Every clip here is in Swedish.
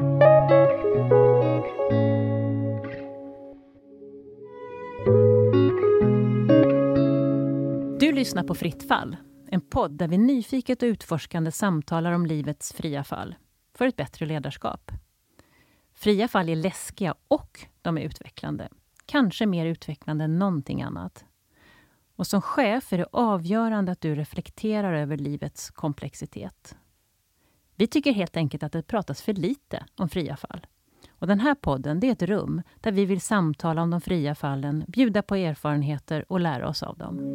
Du lyssnar på Fritt fall, en podd där vi nyfiket och utforskande samtalar om livets fria fall för ett bättre ledarskap. Fria fall är läskiga och de är utvecklande. Kanske mer utvecklande än någonting annat. Och som chef är det avgörande att du reflekterar över livets komplexitet. Vi tycker helt enkelt att det pratas för lite om fria fall. Och den här podden, det är ett rum där vi vill samtala om de fria fallen, bjuda på erfarenheter och lära oss av dem.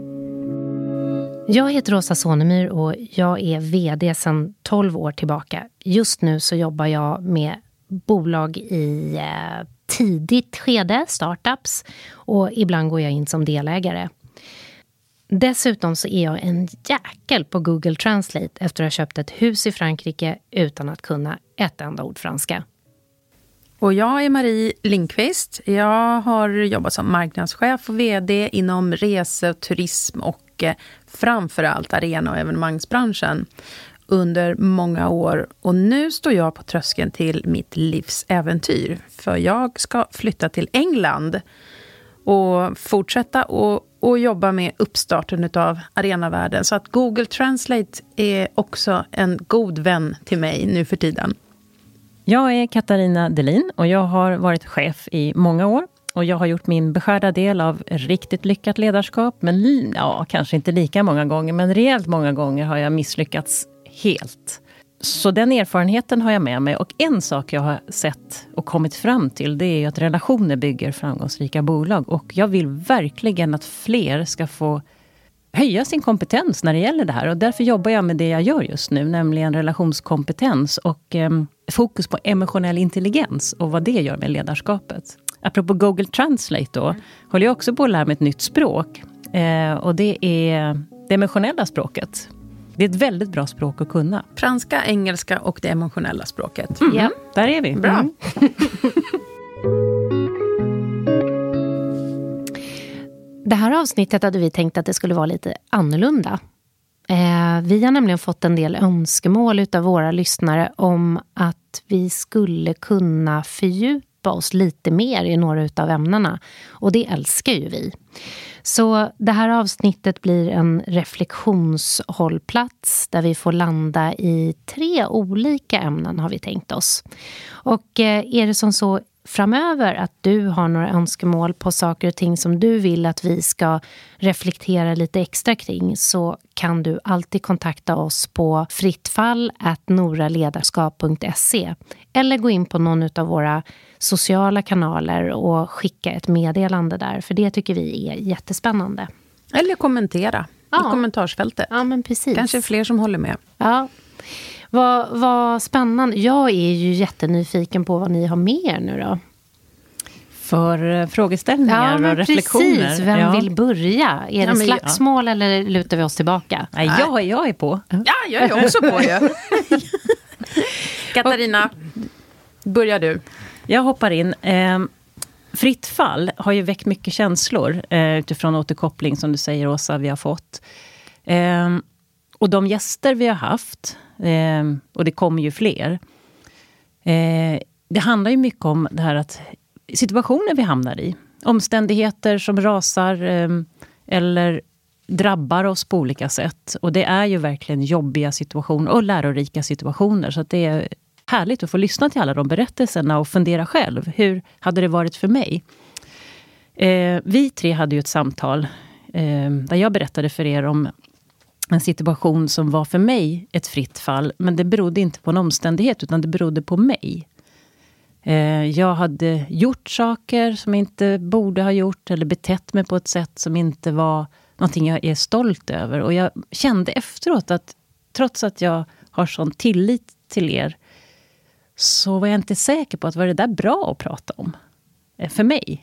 Jag heter Åsa Sonemyr och jag är vd sedan 12 år tillbaka. Just nu så jobbar jag med bolag i tidigt skede, startups, och ibland går jag in som delägare. Dessutom så är jag en jäkel på Google Translate efter att ha köpt ett hus i Frankrike utan att kunna ett enda ord franska. Och jag är Marie Lindqvist. Jag har jobbat som marknadschef och vd inom rese, turism och framförallt arena- och evenemangsbranschen under många år. Och nu står jag på tröskeln till mitt livsäventyr. För jag ska flytta till England och fortsätta och jobba med uppstarten av arenavärlden. Så att Google Translate är också en god vän till mig nu för tiden. Jag är Katarina Delin och jag har varit chef i många år. Och jag har gjort min beskärda del av riktigt lyckat ledarskap. Men kanske inte lika många gånger, men rejält många gånger har jag misslyckats helt. Så den erfarenheten har jag med mig. Och en sak jag har sett och kommit fram till, det är att relationer bygger framgångsrika bolag. Och jag vill verkligen att fler ska få höja sin kompetens när det gäller det här. Och därför jobbar jag med det jag gör just nu, nämligen relationskompetens och fokus på emotionell intelligens och vad det gör med ledarskapet. Apropå Google Translate då, håller jag också på att lära mig ett nytt språk. Och det är det emotionella språket. Det är ett väldigt bra språk att kunna. Franska, engelska och det emotionella språket. Ja, där är vi. Bra. Det här avsnittet hade vi tänkt att det skulle vara lite annorlunda. Vi har nämligen fått en del önskemål utav våra lyssnare om att vi skulle kunna fördjupa oss lite mer i några utav ämnena. Och det älskar ju vi. Så det här avsnittet blir en reflektionshållplats där vi får landa i 3 olika ämnen har vi tänkt oss. Och är det som så framöver att du har några önskemål på saker och ting som du vill att vi ska reflektera lite extra kring, så kan du alltid kontakta oss på frittfall@noraledarskap.se eller gå in på någon av våra sociala kanaler och skicka ett meddelande där, för det tycker vi är jättespännande. Eller kommentera i kommentarsfältet. Ja, men precis. Kanske fler som håller med. Ja. Vad spännande. Jag är ju jättenyfiken på vad ni har med er nu då. För frågeställningar och reflektioner. Precis. Vem vill börja? Är det slagsmål eller lutar vi oss tillbaka? Nej, jag är på. Ja, jag är också på ju. Katarina, börjar du. Jag hoppar in. Fritt fall har ju väckt mycket känslor utifrån återkoppling som du säger, Åsa, vi har fått. Och de gäster vi har haft, och det kommer ju fler, det handlar ju mycket om det här att situationer vi hamnar i, omständigheter som rasar eller drabbar oss på olika sätt. Och det är ju verkligen jobbiga situationer och lärorika situationer, så att det är härligt att få lyssna till alla de berättelserna och fundera själv. Hur hade det varit för mig? Vi 3 hade ju ett samtal där jag berättade för er om en situation som var för mig ett fritt fall. Men det berodde inte på en omständighet, utan det berodde på mig. Jag hade gjort saker som jag inte borde ha gjort, eller betett mig på ett sätt som inte var någonting jag är stolt över. Och jag kände efteråt att trots att jag har sån tillit till er, så var jag inte säker på att var det där bra att prata om för mig.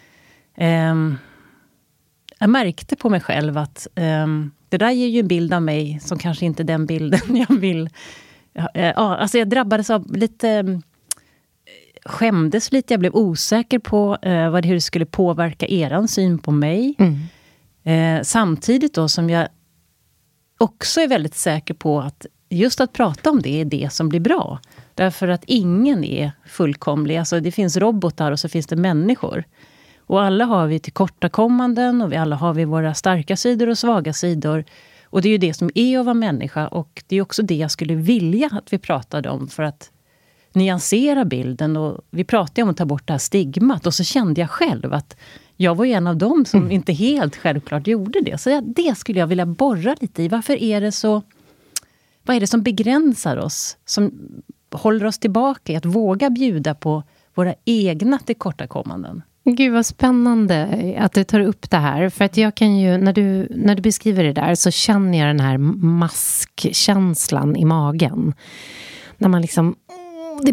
Jag märkte på mig själv att det där ger ju en bild av mig som kanske inte är den bilden jag vill. Alltså jag drabbades av lite, skämdes lite. Jag blev osäker på hur det skulle påverka eran syn på mig. Samtidigt då som jag också är väldigt säker på att just att prata om det är det som blir bra. Därför att ingen är fullkomlig. Alltså det finns robotar och så finns det människor. Och alla har vi tillkortakommanden och alla har vi våra starka sidor och svaga sidor. Och det är ju det som är att vara människa. Och det är också det jag skulle vilja att vi pratade om för att nyansera bilden. Och vi pratade om att ta bort det här stigmat. Och så kände jag själv att jag var ju en av dem som inte helt självklart gjorde det. Så det skulle jag vilja borra lite i. Varför är det så... Vad är det som begränsar oss? Som håller oss tillbaka i att våga bjuda på våra egna tillkortakommanden? Gud vad spännande att du tar upp det här. För att jag kan ju, när du beskriver det där så känner jag den här maskkänslan i magen. När man liksom, det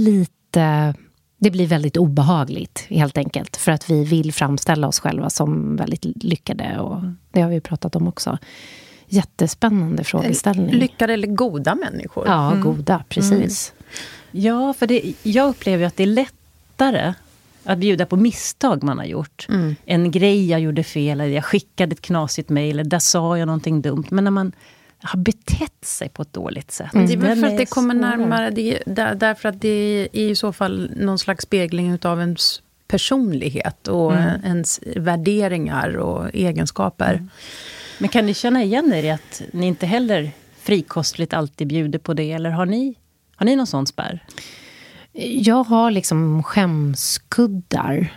blir väldigt obehagligt helt enkelt. För att vi vill framställa oss själva som väldigt lyckade och det har vi pratat om också. Jättespännande frågeställning. Lyckade eller goda människor? Ja, goda, precis. Ja, för jag upplever att det är lättare att bjuda på misstag man har gjort. En grej jag gjorde fel, eller jag skickade ett knasigt mejl, eller där sa jag någonting dumt. Men när man har betett sig på ett dåligt sätt. Det är väl för att det kommer närmare, därför att det är i så fall någon slags spegling av ens personlighet och ens värderingar och egenskaper. Men kan ni känna igen er i att ni inte heller frikostligt alltid bjuder på det? Eller har ni någon sån spärr? Jag har liksom skämskuddar.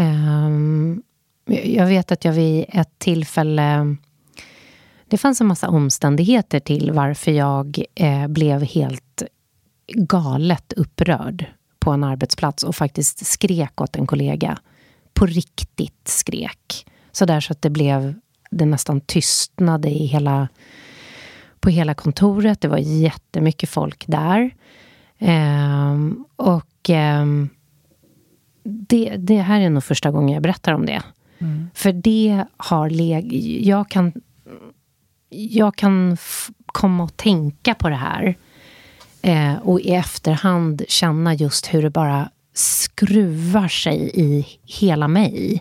Jag vet att jag vid ett tillfälle... Det fanns en massa omständigheter till varför jag blev helt galet upprörd på en arbetsplats och faktiskt skrek åt en kollega. På riktigt skrek. Så där så att det nästan tystnade på hela kontoret. Det var jättemycket folk där. Det här är nog första gången jag berättar om det. För det har jag kan komma och tänka på det här och i efterhand känna just hur det bara skruvar sig i hela mig.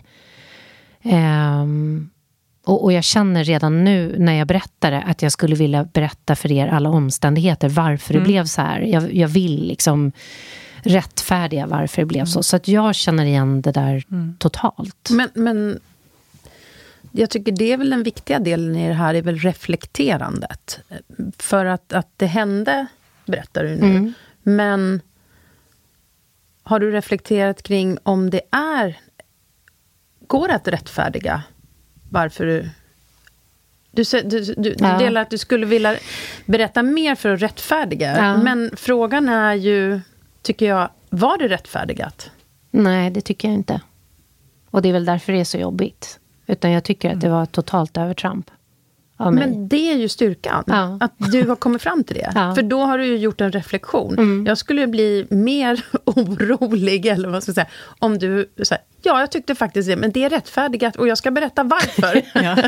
Och jag känner redan nu när jag berättar det att jag skulle vilja berätta för er alla omständigheter varför det blev så här. Jag vill liksom rättfärdiga varför det blev så. Så att jag känner igen det där totalt. Men jag tycker det är väl den viktiga delen i det här är väl reflekterandet. För att det hände, berättar du nu. Men har du reflekterat kring om det går att rättfärdiga varför du delar att du skulle vilja berätta mer för att rättfärdiga. Men frågan är ju, tycker jag, var det rättfärdigat? Nej, det tycker jag inte. Och det är väl därför det är så jobbigt. Utan jag tycker att det var totalt övertramp. Men det är ju styrkan. Att du har kommit fram till det. För då har du ju gjort en reflektion. Jag skulle bli mer orolig, eller vad ska jag säga, om du säger, ja, jag tyckte faktiskt det, men det är rättfärdigat och jag ska berätta varför.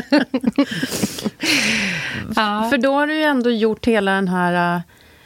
För då har du ju ändå gjort hela den här...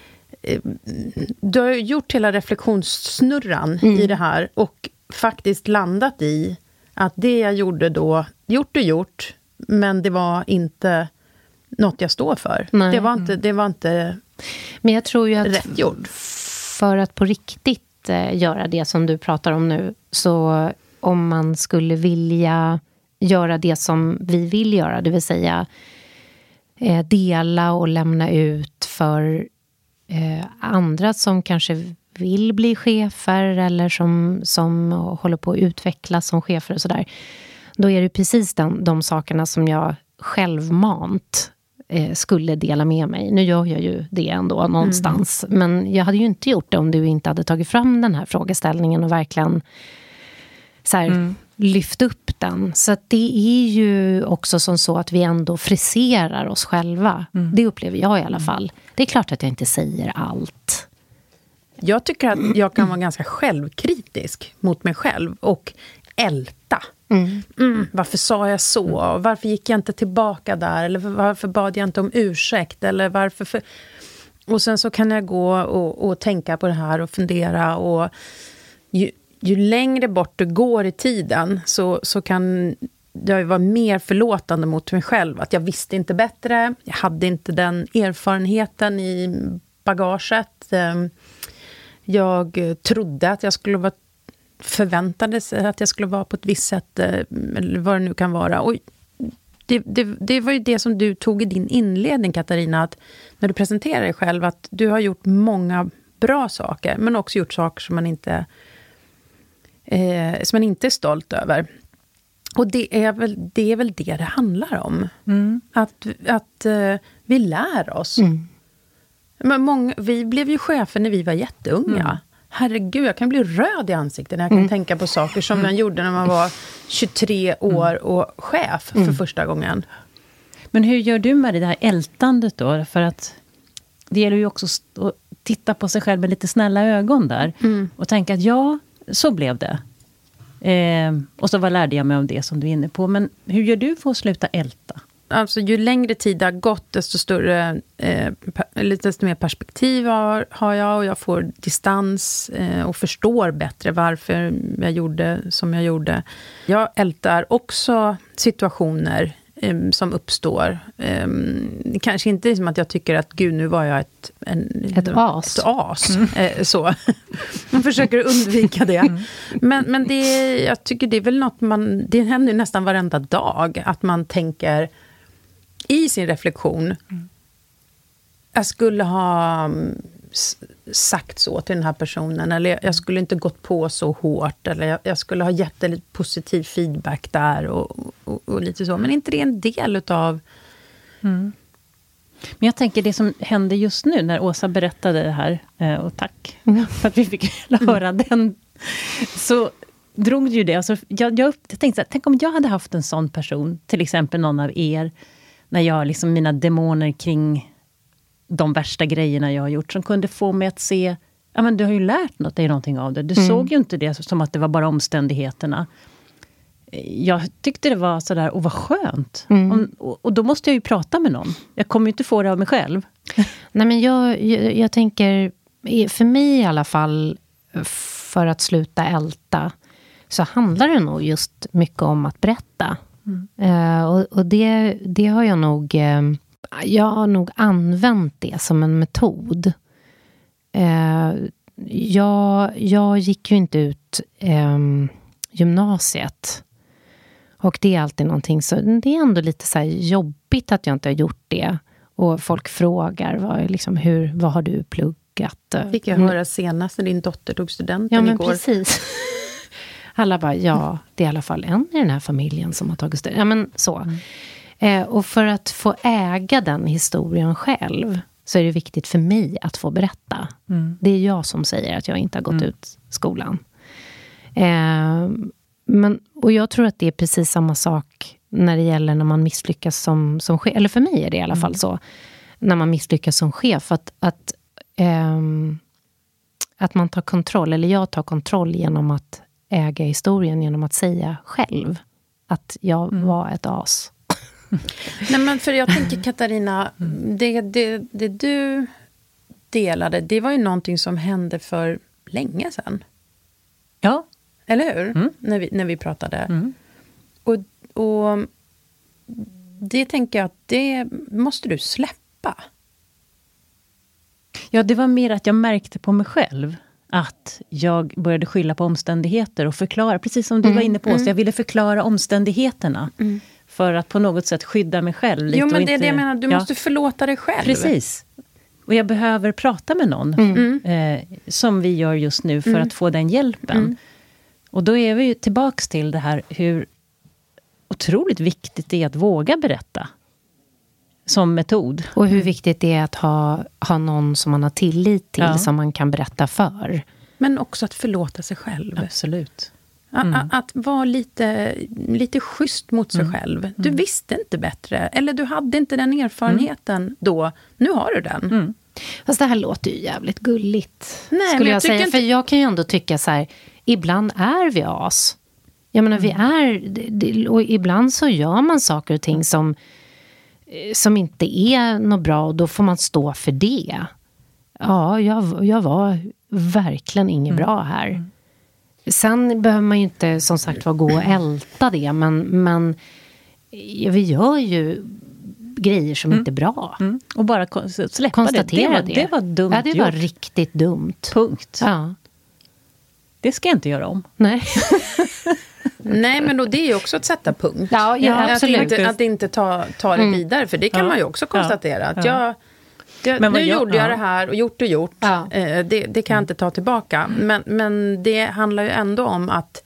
Du har gjort hela reflektionssnurran i det här och faktiskt landat i att det jag gjorde då, gjort, men det var inte något jag står för. Nej. Det var inte men jag tror ju att rätt gjort. För att på riktigt göra det som du pratar om nu, så om man skulle vilja göra det som vi vill göra, det vill säga dela och lämna ut för andra som kanske vill bli chefer eller som håller på att utvecklas som chefer och sådär. Då är det precis de sakerna som jag självmant skulle dela med mig. Nu gör jag ju det ändå någonstans. Men jag hade ju inte gjort det om du inte hade tagit fram den här frågeställningen och verkligen så här, lyft upp den. Så att det är ju också som så att vi ändå friserar oss själva. Det upplever jag i alla fall. Det är klart att jag inte säger allt. Jag tycker att jag kan vara ganska självkritisk mot mig själv och älta. Varför sa jag så? Varför gick jag inte tillbaka där? Eller varför bad jag inte om ursäkt? Eller varför... Och sen så kan jag gå och tänka på det här och fundera. Och ju längre bort du går i tiden så kan jag var mer förlåtande mot mig själv. Att jag visste inte bättre. Jag hade inte den erfarenheten i bagaget. Jag trodde att jag skulle vara... Förväntades att jag skulle vara på ett visst sätt. Eller vad det nu kan vara. Och det var ju det som du tog i din inledning, Katarina. Att när du presenterar dig själv. Att du har gjort många bra saker. Men också gjort saker som man inte är stolt över. Och det är väl det handlar om. Att vi lär oss. Men vi blev ju chefer när vi var jätteunga. Herregud, jag kan bli röd i ansiktet när jag kan tänka på saker som jag gjorde när man var 23 år och chef för första gången. Men hur gör du med det här ältandet då? För att det gäller ju också att titta på sig själv med lite snälla ögon där. Och tänka att ja, så blev det. Och så lärde jag mig om det som du är inne på. Men hur gör du för att sluta älta? Alltså ju längre tid det har gått, desto mer perspektiv har jag. Och jag får distans och förstår bättre varför jag gjorde som jag gjorde. Jag ältar också situationer som uppstår. Kanske inte liksom att jag tycker att gud, nu var jag ett as. Så. Man försöker undvika det. Men jag tycker det är väl något det händer nästan varenda dag. Att man tänker i sin reflektion. Jag skulle ha sagt så till den här personen. Eller jag skulle inte gått på så hårt. Eller jag skulle ha gett lite positiv feedback där. Och lite så. Men inte det är en del utav... Men jag tänker det som händer just nu när Åsa berättade det här. Och tack för att vi fick höra den. Så drog ju det. Alltså, jag tänkte så här, tänk om jag hade haft en sån person. Till exempel någon av er. När jag liksom mina demoner kring de värsta grejerna jag har gjort. Som kunde få mig att se. Ja, men du har ju lärt dig någonting av det. Du såg ju inte det som att det var bara omständigheterna. Jag tyckte det var sådär, vad skönt. Och då måste jag ju prata med någon. Jag kommer ju inte få det av mig själv. Nej, men jag tänker, för mig i alla fall, för att sluta älta, så handlar det nog just mycket om att berätta. Och det har jag nog använt det som en metod. Jag gick ju inte ut gymnasiet. Och det är alltid någonting, så det är ändå lite så här jobbigt att jag inte har gjort det. Och folk frågar, vad har du pluggat? Fick jag höra senast när din dotter tog studenten igår. Ja, men precis. Alla bara, ja, det är i alla fall en i den här familjen som har tagit studenten. Ja, men så. Och för att få äga den historien själv så är det viktigt för mig att få berätta. Det är jag som säger att jag inte har gått ut skolan. Och jag tror att det är precis samma sak när det gäller när man misslyckas som chef. Eller för mig är det i alla fall så. När man misslyckas som chef. Att man tar kontroll. Eller jag tar kontroll genom att äga historien. Genom att säga själv att jag var ett as. Nej, men för jag tänker, Katarina, det du delade, det var ju någonting som hände för länge sedan. Ja. Eller hur? När vi pratade. Och det tänker jag att det måste du släppa. Ja, det var mer att jag märkte på mig själv att jag började skylla på omständigheter och förklara, precis som du var inne på. Så jag ville förklara omständigheterna för att på något sätt skydda mig själv lite. Jo, men det är det jag menar. Du måste förlåta dig själv. Precis. Och jag behöver prata med någon som vi gör just nu för att få den hjälpen. Och då är vi ju tillbaks till det här hur otroligt viktigt det är att våga berätta som metod. Och hur viktigt det är att ha någon som man har tillit till, som man kan berätta för. Men också att förlåta sig själv. Absolut. Att vara lite schysst mot sig själv. Du visste inte bättre. Eller du hade inte den erfarenheten då. Nu har du den. Fast det här låter ju jävligt gulligt. Nej, skulle jag säga. För jag kan ju ändå tycka så här, ibland är vi as. Jag menar, vi är... Och ibland så gör man saker och ting som inte är något bra. Och då får man stå för det. Ja, jag var verkligen inget bra här. Sen behöver man ju inte som sagt gå och älta det. Men vi gör ju grejer som inte är bra. Och bara släppa konstatera det. Det var dumt gjort. Ja, det var riktigt dumt. Punkt. Ja. Det ska jag inte göra om. Nej. Nej, men då, det är ju också att sätta punkt. Ja, absolut. Att inte ta det vidare. För det kan man ju också konstatera. Att nu gjorde jag det här och gjort. Ja. Det kan jag inte ta tillbaka. Men det handlar ju ändå om att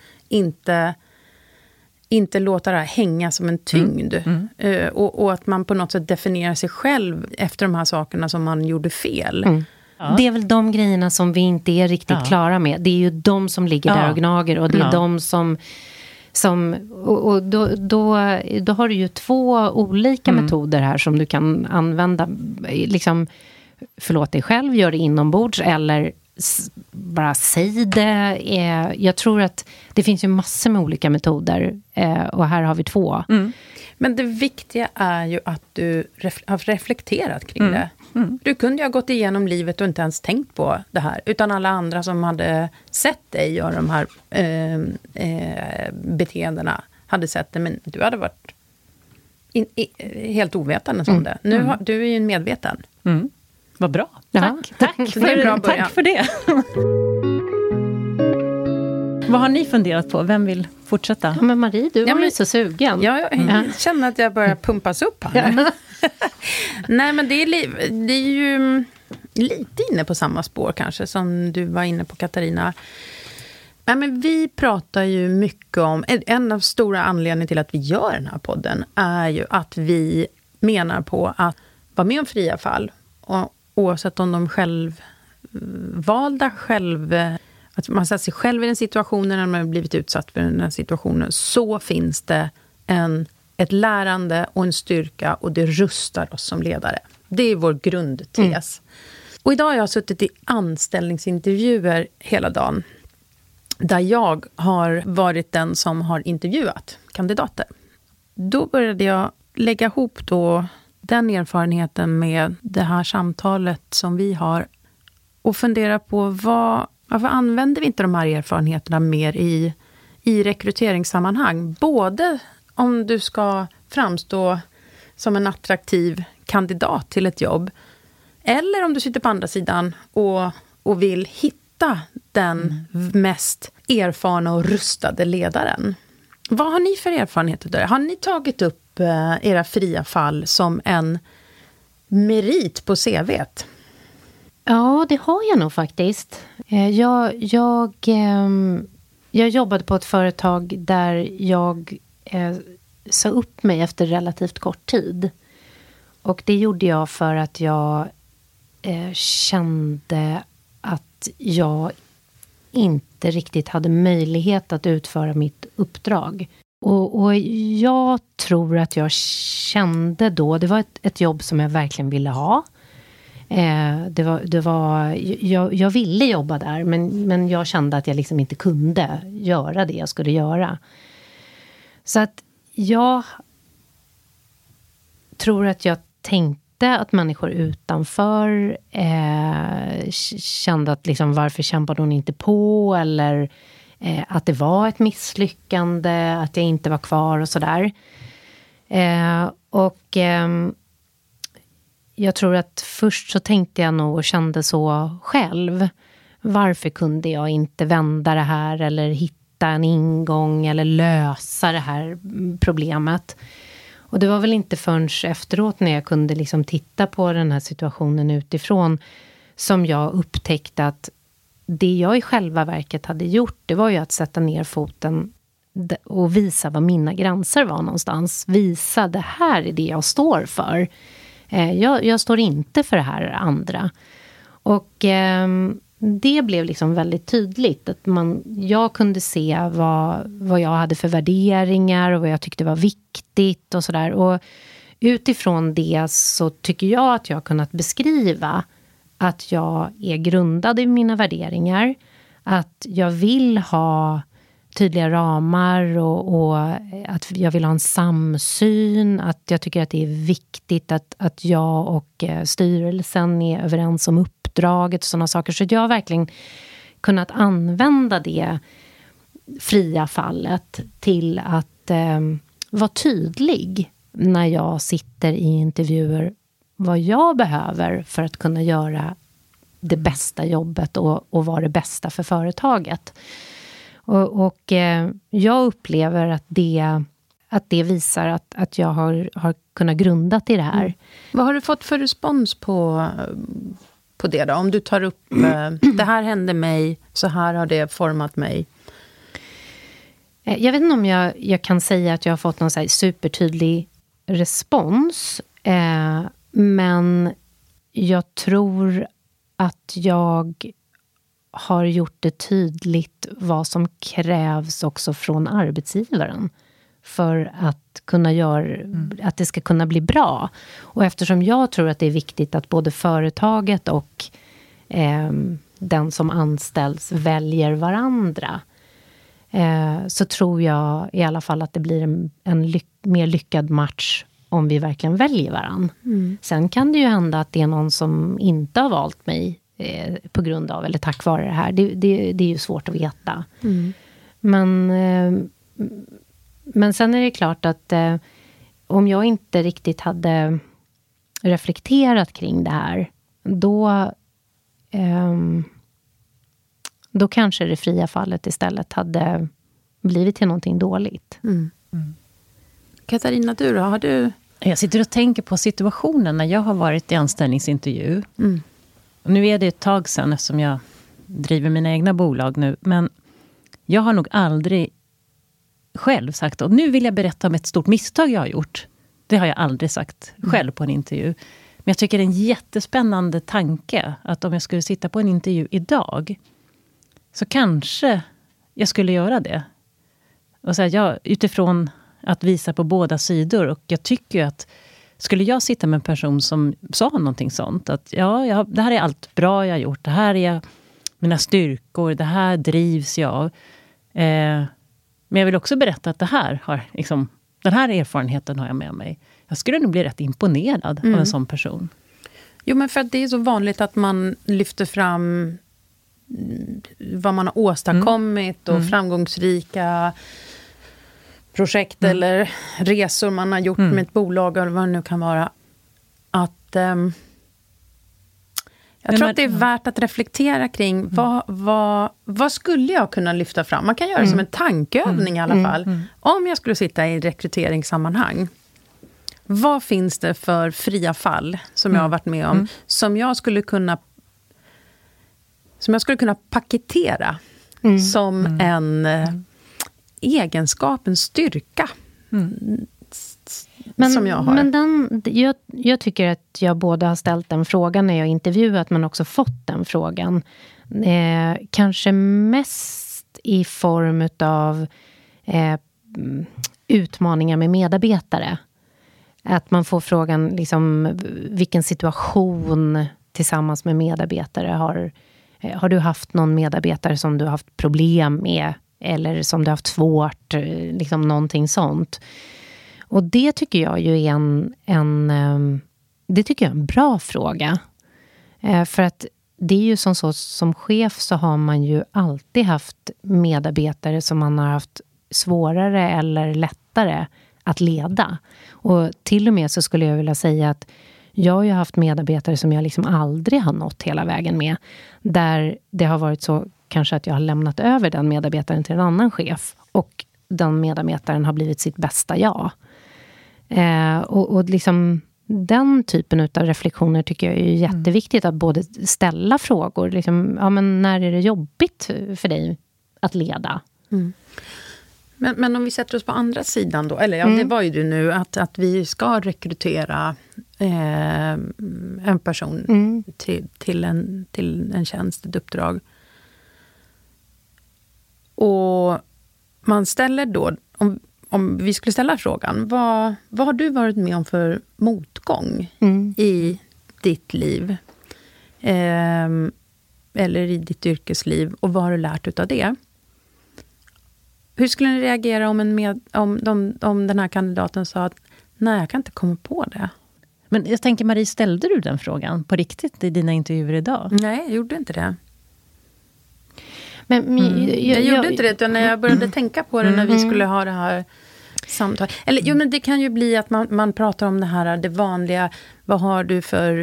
inte låta det här hänga som en tyngd. Och att man på något sätt definierar sig själv efter de här sakerna som man gjorde fel. Ja. Det är väl de grejerna som vi inte är riktigt klara med. Det är ju de som ligger där och gnager. Och det är de som och då har du ju 2 olika metoder här som du kan använda. Liksom, förlåt dig själv, gör det inombords eller bara säg det. Jag tror att det finns ju massor med olika metoder och här har vi 2. Men det viktiga är ju att du har reflekterat kring det. Du kunde ju ha gått igenom livet och inte ens tänkt på det här. Utan alla andra som hade sett dig göra de här beteendena hade sett det. Men du hade varit helt ovetande om det. Nu du är ju en medveten. Vad bra. Tack. Tack för det. Vad har ni funderat på? Vem vill fortsätta? Ja, men Marie, du var ju så sugen. Jag känner att jag börjar pumpas upp här. Nej, men det är ju lite inne på samma spår kanske som du var inne på, Katarina. Nej, men vi pratar ju mycket om, en av stora anledningarna till att vi gör den här podden är ju att vi menar på att vara med om fria fall, och oavsett om de självvalda, att man sätter sig själv i den situationen när man har blivit utsatt för den här situationen, så finns det ett lärande och en styrka, och det rustar oss som ledare. Det är vår grundtes. Och idag har jag suttit i anställningsintervjuer hela dagen, där jag har varit den som har intervjuat kandidater. Då började jag lägga ihop den erfarenheten med det här samtalet som vi har och fundera på varför använder vi inte de här erfarenheterna mer i rekryteringssammanhang? Både om du ska framstå som en attraktiv kandidat till ett jobb, eller om du sitter på andra sidan och vill hitta den mest erfarna och rustade ledaren. Vad har ni för erfarenheter där? Har ni tagit upp era fria fall som en merit på CV:t? Ja, det har jag nog faktiskt. Jag jobbade på ett företag där jag sa upp mig efter relativt kort tid. Och det gjorde jag för att jag kände att jag inte riktigt hade möjlighet att utföra mitt uppdrag. Och jag tror att jag kände då, det var ett jobb som jag verkligen ville ha. Jag ville jobba där, men jag kände att jag liksom inte kunde göra det jag skulle göra. Så att jag tror att jag tänkte att människor utanför kände att liksom, varför kämpade hon inte på, eller att det var ett misslyckande, att jag inte var kvar och sådär. Jag tror att först så tänkte jag nog och kände så själv. Varför kunde jag inte vända det här eller hitta en ingång eller lösa det här problemet? Och det var väl inte förrän efteråt när jag kunde liksom titta på den här situationen utifrån som jag upptäckte att det jag i själva verket hade gjort, det var ju att sätta ner foten och visa vad mina gränser var någonstans. Visa, det här är det jag står för. Jag står inte för det här andra. Och det blev liksom väldigt tydligt. Att jag kunde se vad jag hade för värderingar och vad jag tyckte var viktigt och sådär. Och utifrån det så tycker jag att jag har kunnat beskriva att jag är grundad i mina värderingar. Att jag vill ha tydliga ramar och att jag vill ha en samsyn. Att jag tycker att det är viktigt att jag och styrelsen är överens om uppdraget och sådana saker. Så jag har verkligen kunnat använda det fria fallet till att vara tydlig när jag sitter i intervjuer vad jag behöver för att kunna göra det bästa jobbet och vara det bästa för företaget. Och jag upplever att det visar att jag har kunnat grundat i det här. Vad har du fått för respons på det då? Om du tar upp, det här hände mig, så här har det format mig. Jag vet inte om jag kan säga att jag har fått någon så här supertydlig respons. Men jag tror att jag har gjort det tydligt vad som krävs också från arbetsgivaren för att att det ska kunna bli bra. Och eftersom jag tror att det är viktigt att både företaget och den som anställs väljer varandra, så tror jag i alla fall att det blir en mer lyckad match om vi verkligen väljer varann. Sen kan det ju hända att det är någon som inte har valt mig på grund av eller tack vare det här. Det är ju svårt att veta. Men sen är det klart att om jag inte riktigt hade reflekterat kring det här, då kanske det fria fallet istället hade blivit till någonting dåligt. Katarina, du då? Har du... Jag sitter och tänker på situationen när jag har varit i anställningsintervju. Nu är det ett tag sedan eftersom jag driver mina egna bolag nu. Men jag har nog aldrig själv sagt att nu vill jag berätta om ett stort misstag jag har gjort. Det har jag aldrig sagt själv på en intervju. Men jag tycker det är en jättespännande tanke att om jag skulle sitta på en intervju idag så kanske jag skulle göra det. Och så här, utifrån att visa på båda sidor. Och jag tycker att skulle jag sitta med en person som sa någonting sånt. Att det här är allt bra jag har gjort. Det här är mina styrkor. Det här drivs jag av. Men jag vill också berätta att det här har den här erfarenheten har jag med mig. Jag skulle nog bli rätt imponerad av en sån person. Jo, men för att det är så vanligt att man lyfter fram vad man har åstadkommit och framgångsrika projekt eller resor man har gjort med ett bolag eller vad det nu kan vara. Att jag tror att det är värt att reflektera kring vad skulle jag kunna lyfta fram? Man kan göra det som en tankeövning i alla fall. Om jag skulle sitta i rekryteringssammanhang, vad finns det för fria fall som jag har varit med om som jag skulle kunna paketera som en egenskap, en styrka som jag har. Men jag tycker att jag både har ställt den frågan när jag intervjuat men också fått den frågan. Kanske mest i form av utmaningar med medarbetare. Att man får frågan vilken situation tillsammans med medarbetare har du haft någon medarbetare som du har haft problem med eller som du har haft svårt, någonting sånt. Och det tycker jag ju är en bra fråga. För att det är ju som chef så har man ju alltid haft medarbetare som man har haft svårare eller lättare att leda. Och till och med så skulle jag vilja säga att jag har ju haft medarbetare som jag aldrig har nått hela vägen med. Där det har varit så kanske att jag har lämnat över den medarbetaren till en annan chef. Och den medarbetaren har blivit sitt bästa jag. Och den typen av reflektioner tycker jag är jätteviktigt. Att både ställa frågor. Men när är det jobbigt för dig att leda? Men om vi sätter oss på andra sidan då. Eller det var ju du nu. Att vi ska rekrytera en person till en tjänst, ett uppdrag. Och man ställer då, om vi skulle ställa frågan, vad har du varit med om för motgång i ditt liv? Eller i ditt yrkesliv, och vad har du lärt utav det? Hur skulle ni reagera om den här kandidaten sa att nej, jag kan inte komma på det? Men jag tänker, Marie, ställde du den frågan på riktigt i dina intervjuer idag? Nej, jag gjorde inte det. Men jag gjorde inte det, utan när jag började tänka på det när vi skulle ha det här samtalet. Eller men det kan ju bli att man pratar om det vanliga, vad har du för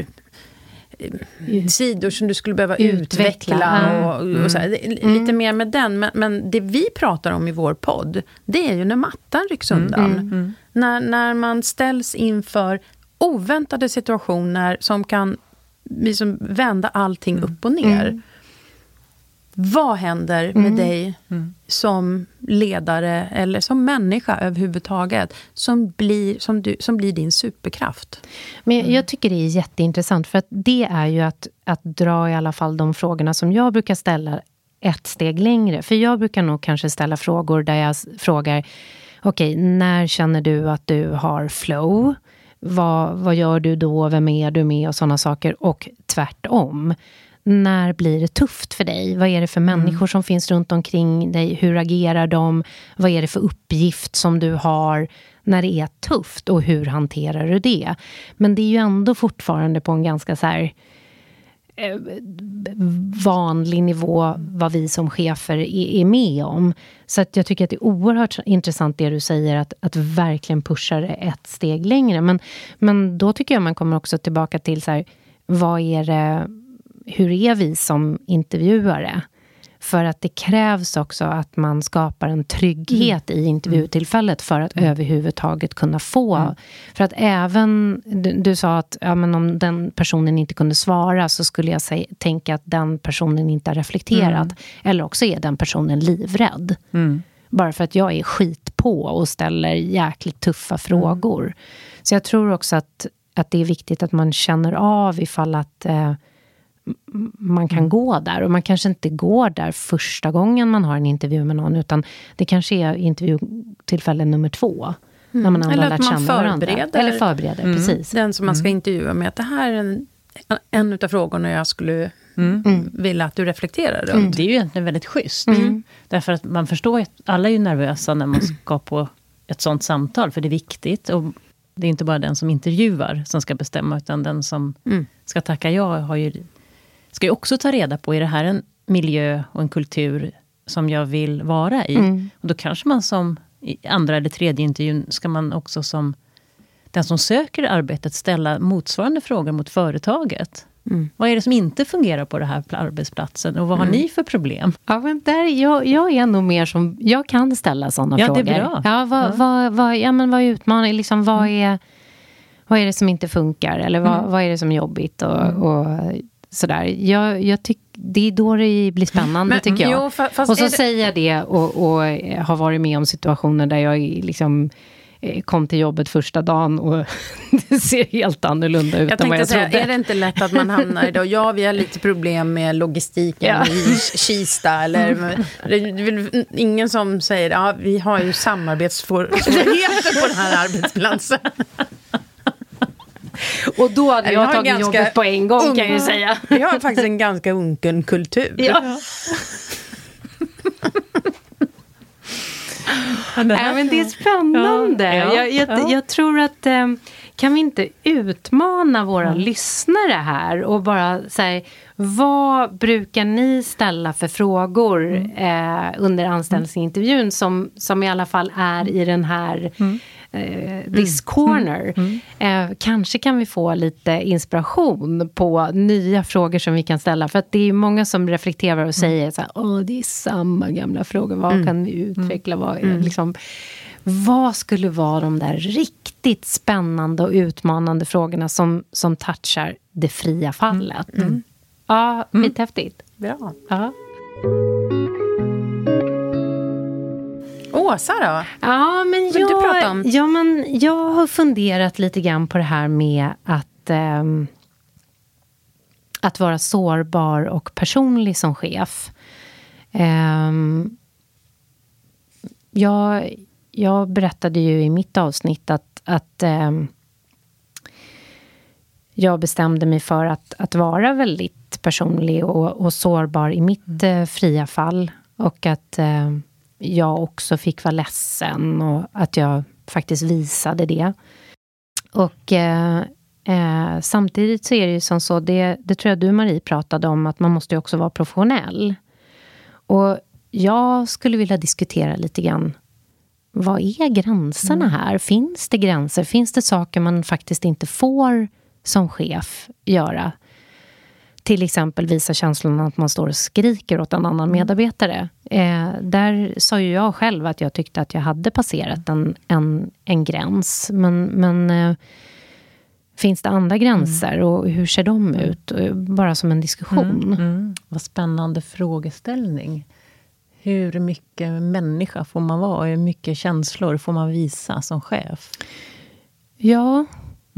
sidor som du skulle behöva utveckla och så här. Lite mer med den, men det vi pratar om i vår podd, det är ju när mattan rycks undan. När man ställs inför oväntade situationer som kan liksom vända allting upp och ner. Vad händer med dig som ledare eller som människa överhuvudtaget som blir din superkraft? Men jag tycker det är jätteintressant, för att det är ju att dra i alla fall de frågorna som jag brukar ställa ett steg längre. För jag brukar nog kanske ställa frågor där jag frågar, okej, när känner du att du har flow? Vad gör du då? Vem är du med? Och sådana saker. Och tvärtom. När blir det tufft för dig? Vad är det för människor som finns runt omkring dig? Hur agerar de? Vad är det för uppgift som du har när det är tufft? Och hur hanterar du det? Men det är ju ändå fortfarande på en ganska så här vanlig nivå vad vi som chefer är med om. Så att jag tycker att det är oerhört intressant det du säger, att verkligen pusha det ett steg längre. Men då tycker jag man kommer också tillbaka till så här, hur är vi som intervjuare? För att det krävs också att man skapar en trygghet i intervjutillfället för att överhuvudtaget kunna få. För att även, du sa att men om den personen inte kunde svara så skulle jag tänka att den personen inte har reflekterat. Eller också är den personen livrädd. Bara för att jag är skit på och ställer jäkligt tuffa frågor. Så jag tror också att det är viktigt att man känner av ifall att man kan gå där. Och man kanske inte går där första gången man har en intervju med någon, utan det kanske är intervjutillfälle nummer 2. När man eller att man förbereder. Precis. Den som man ska intervjua med. Att det här är en utav frågorna jag skulle vilja att du reflekterar runt. Det är ju egentligen väldigt schysst. Därför att man förstår att alla är ju nervösa när man ska på ett sånt samtal. För det är viktigt. Och det är inte bara den som intervjuar som ska bestämma, utan den som ska tacka ja ska ju också ta reda på, är det här en miljö och en kultur som jag vill vara i? Och då kanske man som i andra eller tredje intervjun ska man också som den som söker arbetet ställa motsvarande frågor mot företaget. Vad är det som inte fungerar på det här arbetsplatsen? Och vad har ni för problem? Ja, men jag är nog mer som, jag kan ställa sådana frågor. Ja, det är bra. Ja, vad är utmaningen? Liksom, vad är det som inte funkar? Eller vad är det som är jobbigt? Och sådär. Jag tycker det är då det blir spännande, tycker jag. Och så säger jag det och har varit med om situationer där jag liksom kom till jobbet första dagen och det ser helt annorlunda ut än vad jag trodde. Är det inte lätt att man hamnar i det? Ja, vi har lite problem med logistiken i Kista. Eller, det är väl ingen som säger, vi har ju samarbetssvårigheter på den här arbetsplatsen. Och då hade jag tagit jobbet på en gång, kan jag ju säga. Vi har faktiskt en ganska unken kultur. Ja. Men det är spännande. Jag tror att kan vi inte utmana våra lyssnare här och bara säga, vad brukar ni ställa för frågor under anställningsintervjun som i alla fall är i den här this corner. Kanske kan vi få lite inspiration på nya frågor som vi kan ställa, för att det är många som reflekterar och säger så här, det är samma gamla frågor, vad kan vi utveckla, vad skulle vara de där riktigt spännande och utmanande frågorna som touchar det fria fallet. Ja, lite häftigt. Bra. Ja. Åsa då? Ja, men du prata om? Jag har funderat lite grann på det här med att vara sårbar och personlig som chef. Jag berättade ju i mitt avsnitt att jag bestämde mig för att vara väldigt personlig och sårbar i mitt fria fall. Och att jag också fick vara ledsen och att jag faktiskt visade det. Och samtidigt så är det ju som så, det tror jag du, Marie, pratade om, att man måste ju också vara professionell. Och jag skulle vilja diskutera lite grann, vad är gränserna här? Finns det gränser? Finns det saker man faktiskt inte får som chef göra? Till exempel visa känslan att man står och skriker åt en annan medarbetare. Där sa ju jag själv att jag tyckte att jag hade passerat en gräns. Men finns det andra gränser och hur ser de ut? Bara som en diskussion. Vad spännande frågeställning. Hur mycket människa får man vara? Hur mycket känslor får man visa som chef? Ja.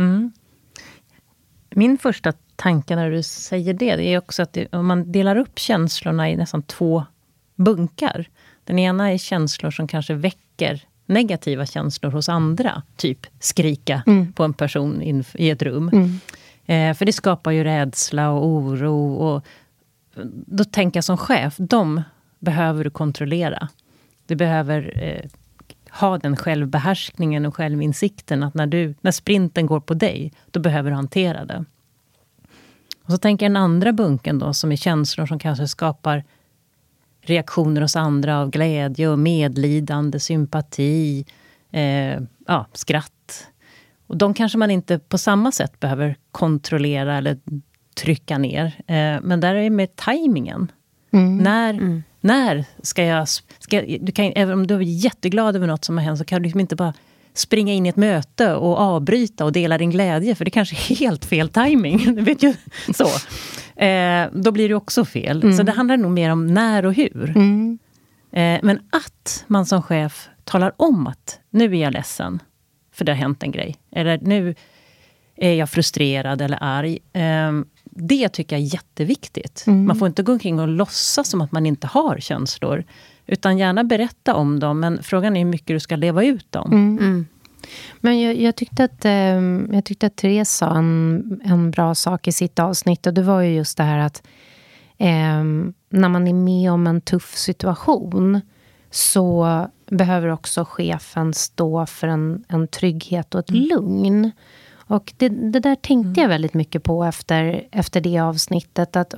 Min första tanke när du säger det är också att om man delar upp känslorna i nästan 2 bunkar. Den ena är känslor som kanske väcker negativa känslor hos andra. Typ skrika på en person i ett rum. För det skapar ju rädsla och oro. Och då tänker jag som chef, de behöver du kontrollera. Du behöver ha den självbehärskningen och självinsikten att när sprinten går på dig, då behöver du hantera det. Och så tänker jag den andra bunken då, som är känslor som kanske skapar reaktioner hos andra av glädje och medlidande, sympati, skratt. Och de kanske man inte på samma sätt behöver kontrollera eller trycka ner. Men där är det med tajmingen. När ska jag du kan, även om du är jätteglad över något som har hänt, så kan du liksom inte bara springa in i ett möte och avbryta och dela din glädje, för det kanske är helt fel timing. Du vet ju så. Då blir det också fel. Så det handlar nog mer om när och hur. Men att man som chef talar om att nu är jag ledsen för det har hänt en grej. Eller nu är jag frustrerad eller arg. Det tycker jag är jätteviktigt. Man får inte gå omkring och låtsas som att man inte har känslor. Utan gärna berätta om dem. Men frågan är hur mycket du ska leva ut dem. Men jag tyckte att Therese sa en bra sak i sitt avsnitt. Och det var ju just det här att när man är med om en tuff situation, så behöver också chefen stå för en trygghet och ett lugn. Och det där tänkte jag väldigt mycket på efter det avsnittet. Att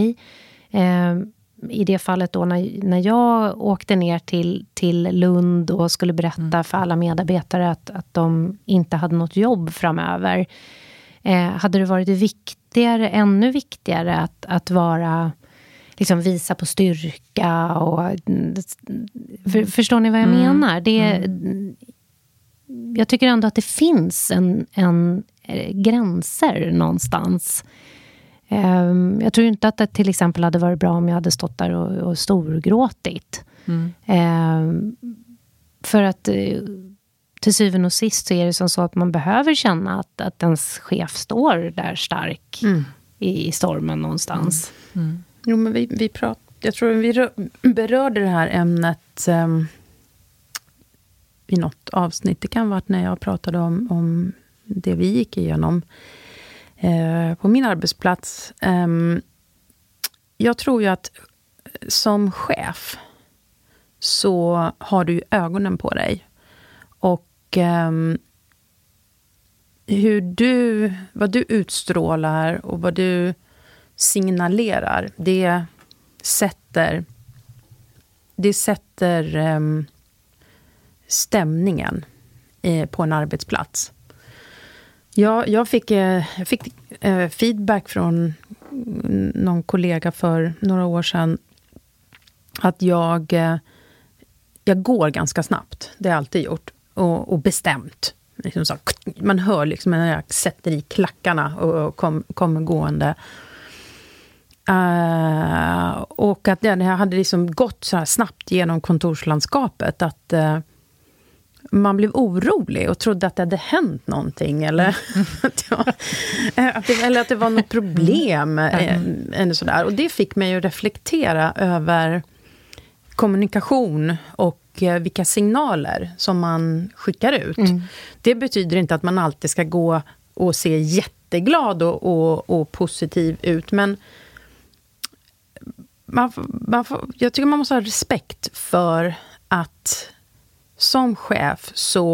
i det fallet då när jag åkte ner till Lund och skulle berätta för alla medarbetare att de inte hade något jobb framöver. Hade det varit ännu viktigare att vara, liksom visa på styrka och förstår ni vad jag menar? Jag tycker ändå att det finns en gränser någonstans. Jag tror inte att det till exempel hade varit bra om jag hade stått där och storgråtit. För att till syvende och sist så är det som så att man behöver känna att ens chef står där stark i stormen någonstans. Jo, men jag tror vi berörde det här ämnet i något avsnitt. Det kan vara när jag pratade om det vi gick igenom på min arbetsplats. Jag tror ju att som chef så har du ögonen på dig. Och vad du utstrålar och vad du signalerar, det sätter stämningen på en arbetsplats. Jag fick feedback från någon kollega för några år sedan att jag går ganska snabbt. Det har jag alltid gjort. Och bestämt. Liksom så, man hör liksom när jag sätter i klackarna och kommer gående. Och att jag hade liksom gått så här snabbt genom kontorslandskapet att man blev orolig och trodde att det hade hänt någonting eller att det var något problem eller sådär. Och det fick mig att reflektera över kommunikation och vilka signaler som man skickar ut. Det betyder inte att man alltid ska gå och se jätteglad och positiv ut, men jag tycker man måste ha respekt för att som chef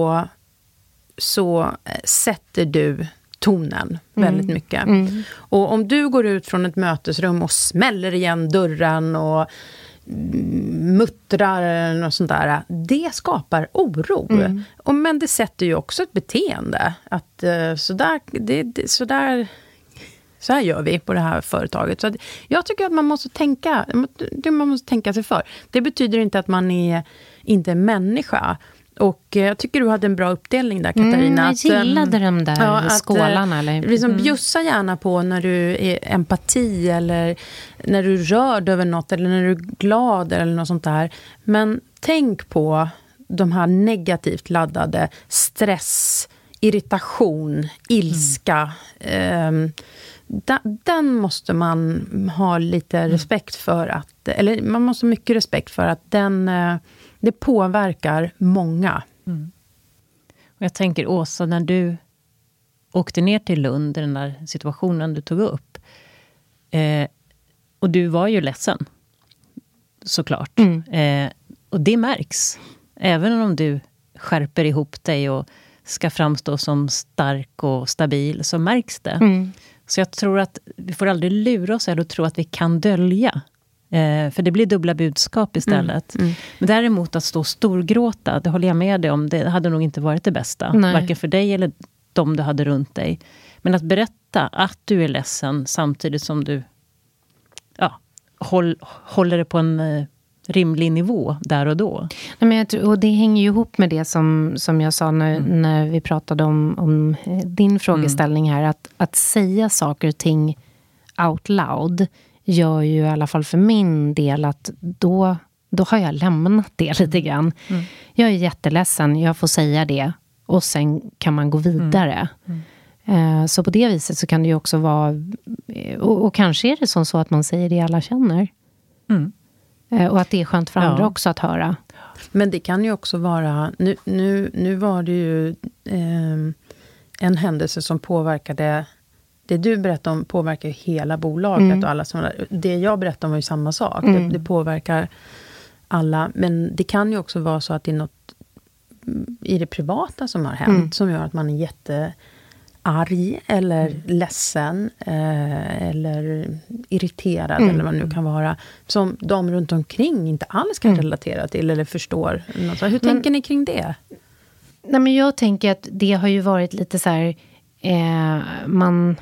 så sätter du tonen väldigt mycket. Och om du går ut från ett mötesrum och smäller igen dörren och muttrar eller något sånt där, det skapar oro. Men det sätter ju också ett beteende. Att så här gör vi på det här företaget. Så att jag tycker att man måste tänka sig för. Det betyder inte att man inte är människa. Och jag tycker du hade en bra uppdelning där, Katarina. Jag gillade de där skålarna. Eller? Liksom bjussa gärna på när du är empati eller när du är rörd över något eller när du är glad eller något sånt där. Men tänk på de här negativt laddade stress, irritation, ilska. Den måste man ha lite respekt för att, eller man måste ha mycket respekt för att det påverkar många. Och jag tänker, Åsa, när du åkte ner till Lund, den där situationen du tog upp, och du var ju ledsen, såklart. Och det märks. Även om du skärper ihop dig och ska framstå som stark och stabil, så märks det. Så jag tror att vi får aldrig lura oss och tro att vi kan dölja. För det blir dubbla budskap istället. Men däremot att stå och storgråta, det håller jag med dig om, det hade nog inte varit det bästa. Nej. Varken för dig eller de du hade runt dig. Men att berätta att du är ledsen samtidigt som du håller det på en rimlig nivå där och då. Nej, men jag tror, och det hänger ju ihop med det som jag sa när vi pratade om din frågeställning här. Att säga saker och ting out loud gör ju i alla fall för min del att då har jag lämnat det lite grann. Jag är jätteledsen, jag får säga det. Och sen kan man gå vidare. Så på det viset så kan det ju också vara... Och kanske är det så att man säger det alla känner. Och att det är skönt för andra också att höra. Men det kan ju också vara... Nu var det ju en händelse som påverkade... Det du berättade om påverkar ju hela bolaget och alla sådana. Det jag berättade om var ju samma sak. Det påverkar alla. Men det kan ju också vara så att det är något i det privata som har hänt som gör att man är jättearg eller ledsen eller irriterad eller vad det nu kan vara. Som de runt omkring inte alls kan relatera till eller förstår. Hur tänker ni kring det? Nej, men jag tänker att det har ju varit lite så här... man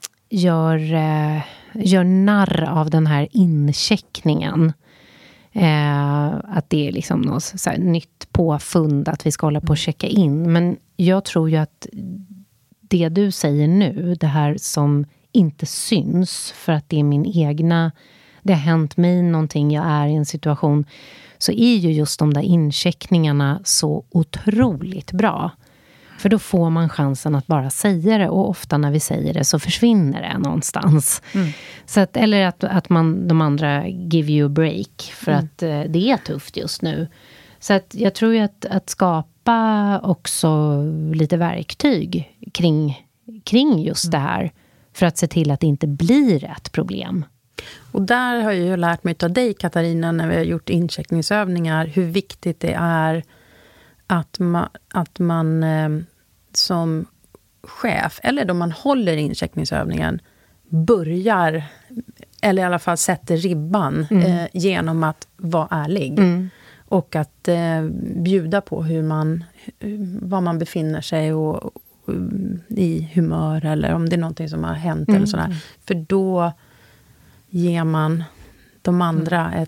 gör narr av den här incheckningen. Att det är liksom något så här nytt påfund att vi ska hålla på och checka in. Men jag tror ju att det du säger nu, det här som inte syns för att det är min egna, det har hänt mig någonting, jag är i en situation, så är ju just de där incheckningarna så otroligt bra. För då får man chansen att bara säga det. Och ofta när vi säger det så försvinner det någonstans. Så att, eller att de andra give you a break. För att det är tufft just nu. Så att jag tror ju att skapa också lite verktyg kring just det här. För att se till att det inte blir ett problem. Och där har jag ju lärt mig av dig, Katarina, när vi har gjort incheckningsövningar. Hur viktigt det är att man som chef, eller då man håller incheckningsövningen, börjar, eller i alla fall sätter ribban genom att vara ärlig. Och att bjuda på var man befinner sig och i humör, eller om det är någonting som har hänt eller sådär. För då ger man de andra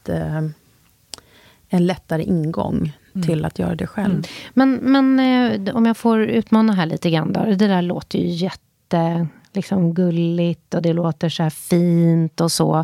en lättare ingång till att göra det själv. Men om jag får utmana här lite grann då. Det där låter ju jätte liksom gulligt och det låter så här fint och så.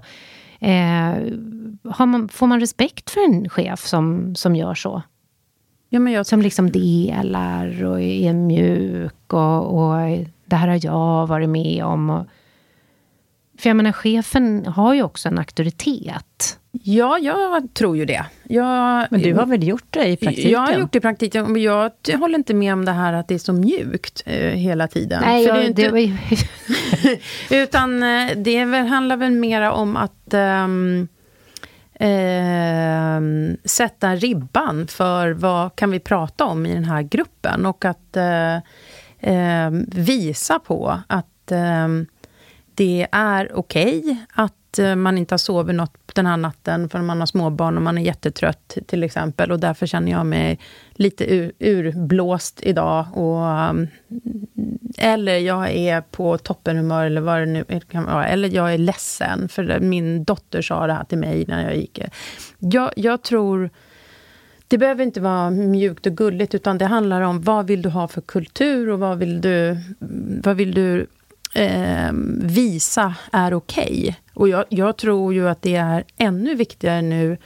Får man respekt för en chef som gör så? Ja, men som liksom delar och är mjuk och det här har jag varit med om. För jag menar, chefen har ju också en auktoritet. Ja, jag tror ju det. Men du har väl gjort det i praktiken? Jag har gjort det i praktiken, men jag håller inte med om det här att det är så mjukt hela tiden. Nej, för det är inte... utan det handlar väl mera om att sätta ribban för vad kan vi prata om i den här gruppen. Och att visa på att det är okej att man inte har sovit något den här natten för man har småbarn och man är jättetrött till exempel. Och därför känner jag mig lite urblåst idag. Eller jag är på toppenhumör eller vad det nu kan vara. Eller jag är ledsen för min dotter sa det här till mig när jag gick. Jag tror... Det behöver inte vara mjukt och gulligt utan det handlar om vad vill du ha för kultur och vad vill du visa är okej. Och jag tror ju att det är ännu viktigare nu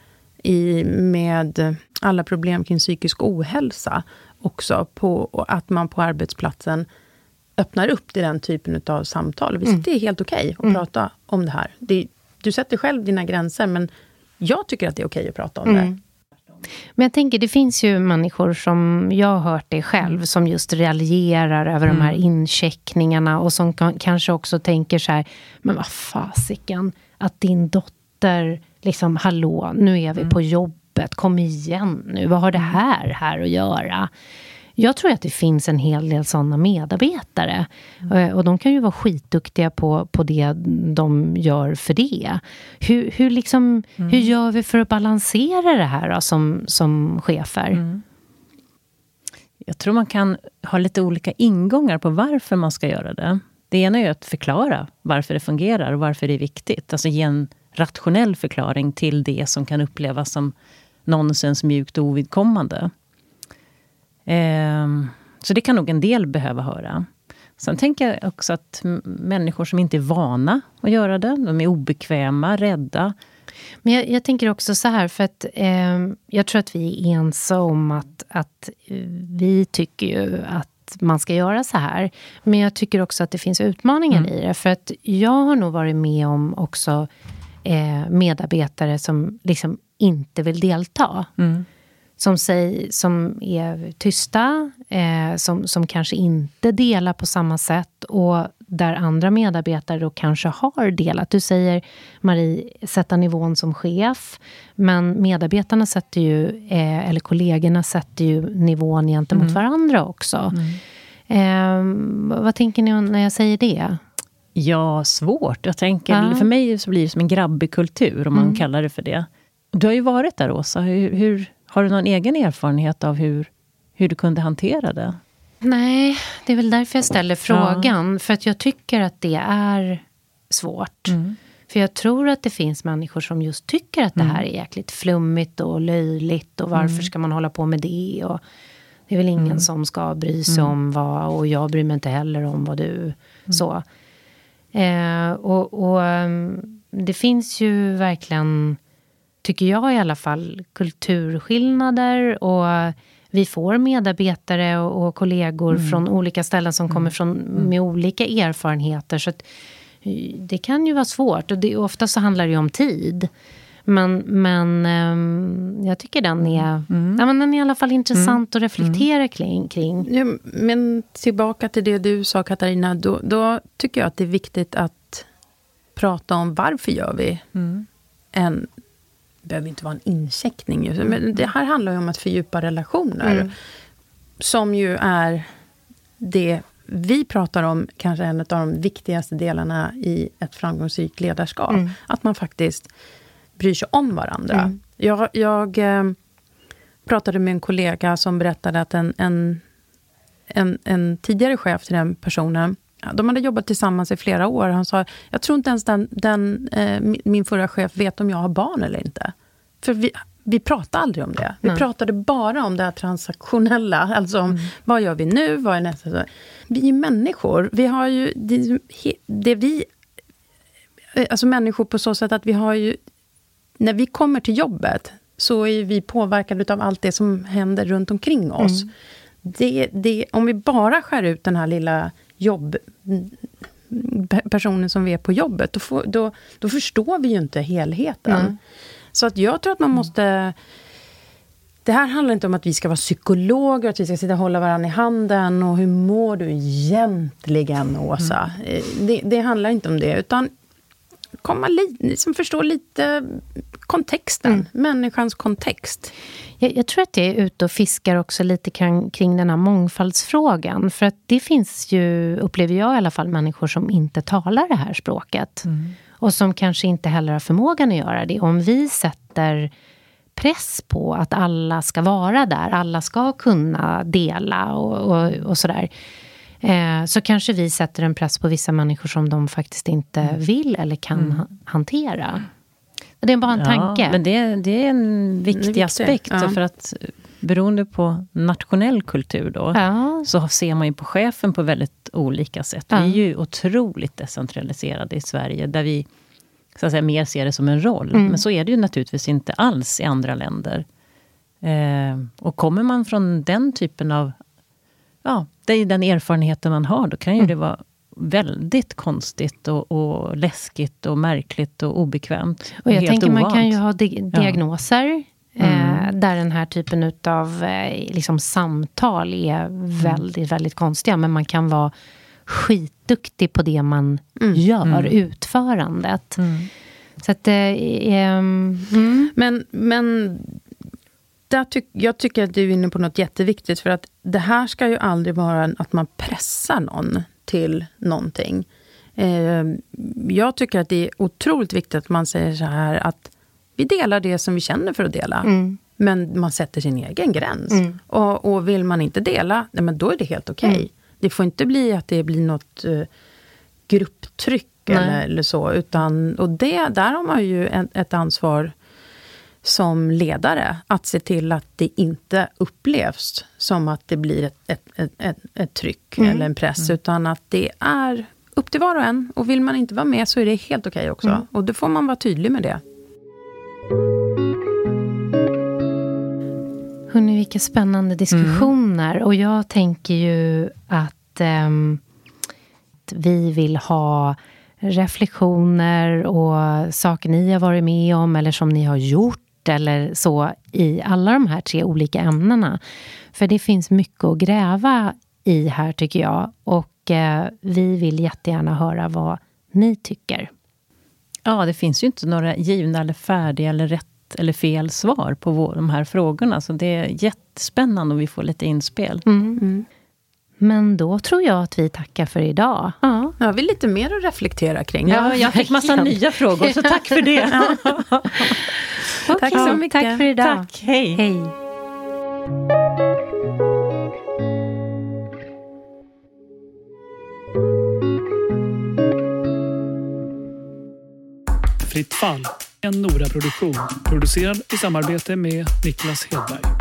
med alla problem kring psykisk ohälsa också på att man på arbetsplatsen öppnar upp till den typen av samtal. Visst, det är helt okej att prata om det här. Du sätter själv dina gränser men jag tycker att det är okej att prata om det. Men jag tänker, det finns ju människor som jag har hört det själv som just raljerar över de här incheckningarna och som kanske också tänker så här, men vad fasiken, att din dotter liksom, hallå, nu är vi på jobbet, kom igen nu, vad har det här att göra? Jag tror att det finns en hel del sådana medarbetare. Och de kan ju vara skitduktiga på det de gör för det. Hur gör vi för att balansera det här då, som chefer? Jag tror man kan ha lite olika ingångar på varför man ska göra det. Det ena är ju att förklara varför det fungerar och varför det är viktigt. Alltså ge en rationell förklaring till det som kan upplevas som nonsens, mjukt och ovidkommande. Så det kan nog en del behöva höra. Sen tänker jag också att människor som inte är vana att göra det, de är obekväma, rädda. Men jag tänker också så här, för att jag tror att vi är ense om att vi tycker ju att man ska göra så här. Men jag tycker också att det finns utmaningar i det. För att jag har nog varit med om också medarbetare som liksom inte vill delta. Som är tysta, som kanske inte delar på samma sätt och där andra medarbetare då kanske har delat. Du säger, Marie, sätta nivån som chef, men medarbetarna sätter ju, eller kollegorna sätter ju nivån gentemot varandra också. Vad tänker ni när jag säger det? Ja, svårt. Jag tänker, för mig så blir det som en grabbig kultur om man kallar det för det. Du har ju varit där, Åsa. Har du någon egen erfarenhet av hur du kunde hantera det? Nej, det är väl därför jag ställer frågan. För att jag tycker att det är svårt. För jag tror att det finns människor som just tycker att det här är jäkligt flummigt och löjligt. Och varför ska man hålla på med det? Och det är väl ingen som ska bry sig om vad. Och jag bryr mig inte heller om vad du... Så. Det finns ju verkligen... tycker jag i alla fall, kulturskillnader och vi får medarbetare och kollegor från olika ställen som kommer med olika erfarenheter, så att det kan ju vara svårt och ofta så handlar det ju om tid, men jag tycker den är i alla fall intressant att reflektera kring. Ja, men tillbaka till det du sa, Katarina, då tycker jag att det är viktigt att prata om varför gör vi det behöver inte vara en incheckning just. Men det här handlar ju om att fördjupa relationer. Som ju är det vi pratar om, kanske en av de viktigaste delarna i ett framgångsrikt ledarskap. Att man faktiskt bryr sig om varandra. Jag pratade med en kollega som berättade att en tidigare chef till den personen, de hade jobbat tillsammans i flera år. Han sa, jag tror inte ens min förra chef vet om jag har barn eller inte. För vi pratade aldrig om det. Vi pratade bara om det här transaktionella. Alltså om vad gör vi nu, vad är nästa. Vi är människor. Vi har ju alltså människor på så sätt att vi har ju, när vi kommer till jobbet så är vi påverkade av allt det som händer runt omkring oss. Om vi bara skär ut den här lilla personen som vi är på jobbet, då förstår vi ju inte helheten. Så att jag tror att man måste... Det här handlar inte om att vi ska vara psykologer, att vi ska sitta och hålla varandra i handen och hur mår du egentligen, Åsa? Det handlar inte om det, utan förstå lite kontexten, människans kontext. Jag tror att det är ute och fiskar också lite kring den här mångfaldsfrågan. För att det finns ju, upplever jag i alla fall, människor som inte talar det här språket. Och som kanske inte heller har förmågan att göra det. Om vi sätter press på att alla ska vara där, alla ska kunna dela och sådär. Så kanske vi sätter en press på vissa människor som de faktiskt inte vill eller kan hantera. Det är bara en tanke. Men det är en viktig aspekt. För att beroende på nationell kultur då, så ser man ju på chefen på väldigt olika sätt. Vi är ju otroligt decentraliserade i Sverige, där vi så att säga mer ser det som en roll. Men så är det ju naturligtvis inte alls i andra länder. Och kommer man från den typen av, det är den erfarenheten man har, då kan ju det vara väldigt konstigt och läskigt och märkligt och obekvämt. Och jag tänker man kan ju ha diagnoser där den här typen av liksom samtal är väldigt, väldigt konstiga. Men man kan vara skitduktig på det man gör, utförandet. Så att Men jag tycker att du är inne på något jätteviktigt, för att det här ska ju aldrig vara att man pressar någon till någonting. Jag tycker att det är otroligt viktigt att man säger så här, att vi delar det som vi känner för att dela. Men man sätter sin egen gräns. Och vill man inte dela, men då är det helt okej. Det får inte bli att det blir något grupptryck eller så. Och där har man ju ett ansvar som ledare, att se till att det inte upplevs som att det blir ett tryck eller en press, utan att det är upp till var och en. Och vill man inte vara med så är det helt okej också. Och då får man vara tydlig med det. Hörrni, vilka spännande diskussioner. Och jag tänker ju att vi vill ha reflektioner och saker ni har varit med om eller som ni har gjort eller så i alla de här 3 olika ämnena. För det finns mycket att gräva i här, tycker jag. Och vi vill jättegärna höra vad ni tycker. Ja, det finns ju inte några givna eller färdiga eller rätt eller fel svar på de här frågorna. Så det är jättespännande om vi får lite inspel. Men då tror jag att vi tackar för idag. Ja, jag vill lite mer att reflektera kring. Ja, jag fick massa nya frågor, så tack för det. Tack så mycket. Tack för idag. Tack, hej. Hej. Fritt fall, en Nora-produktion. Producerad i samarbete med Niklas Hedberg.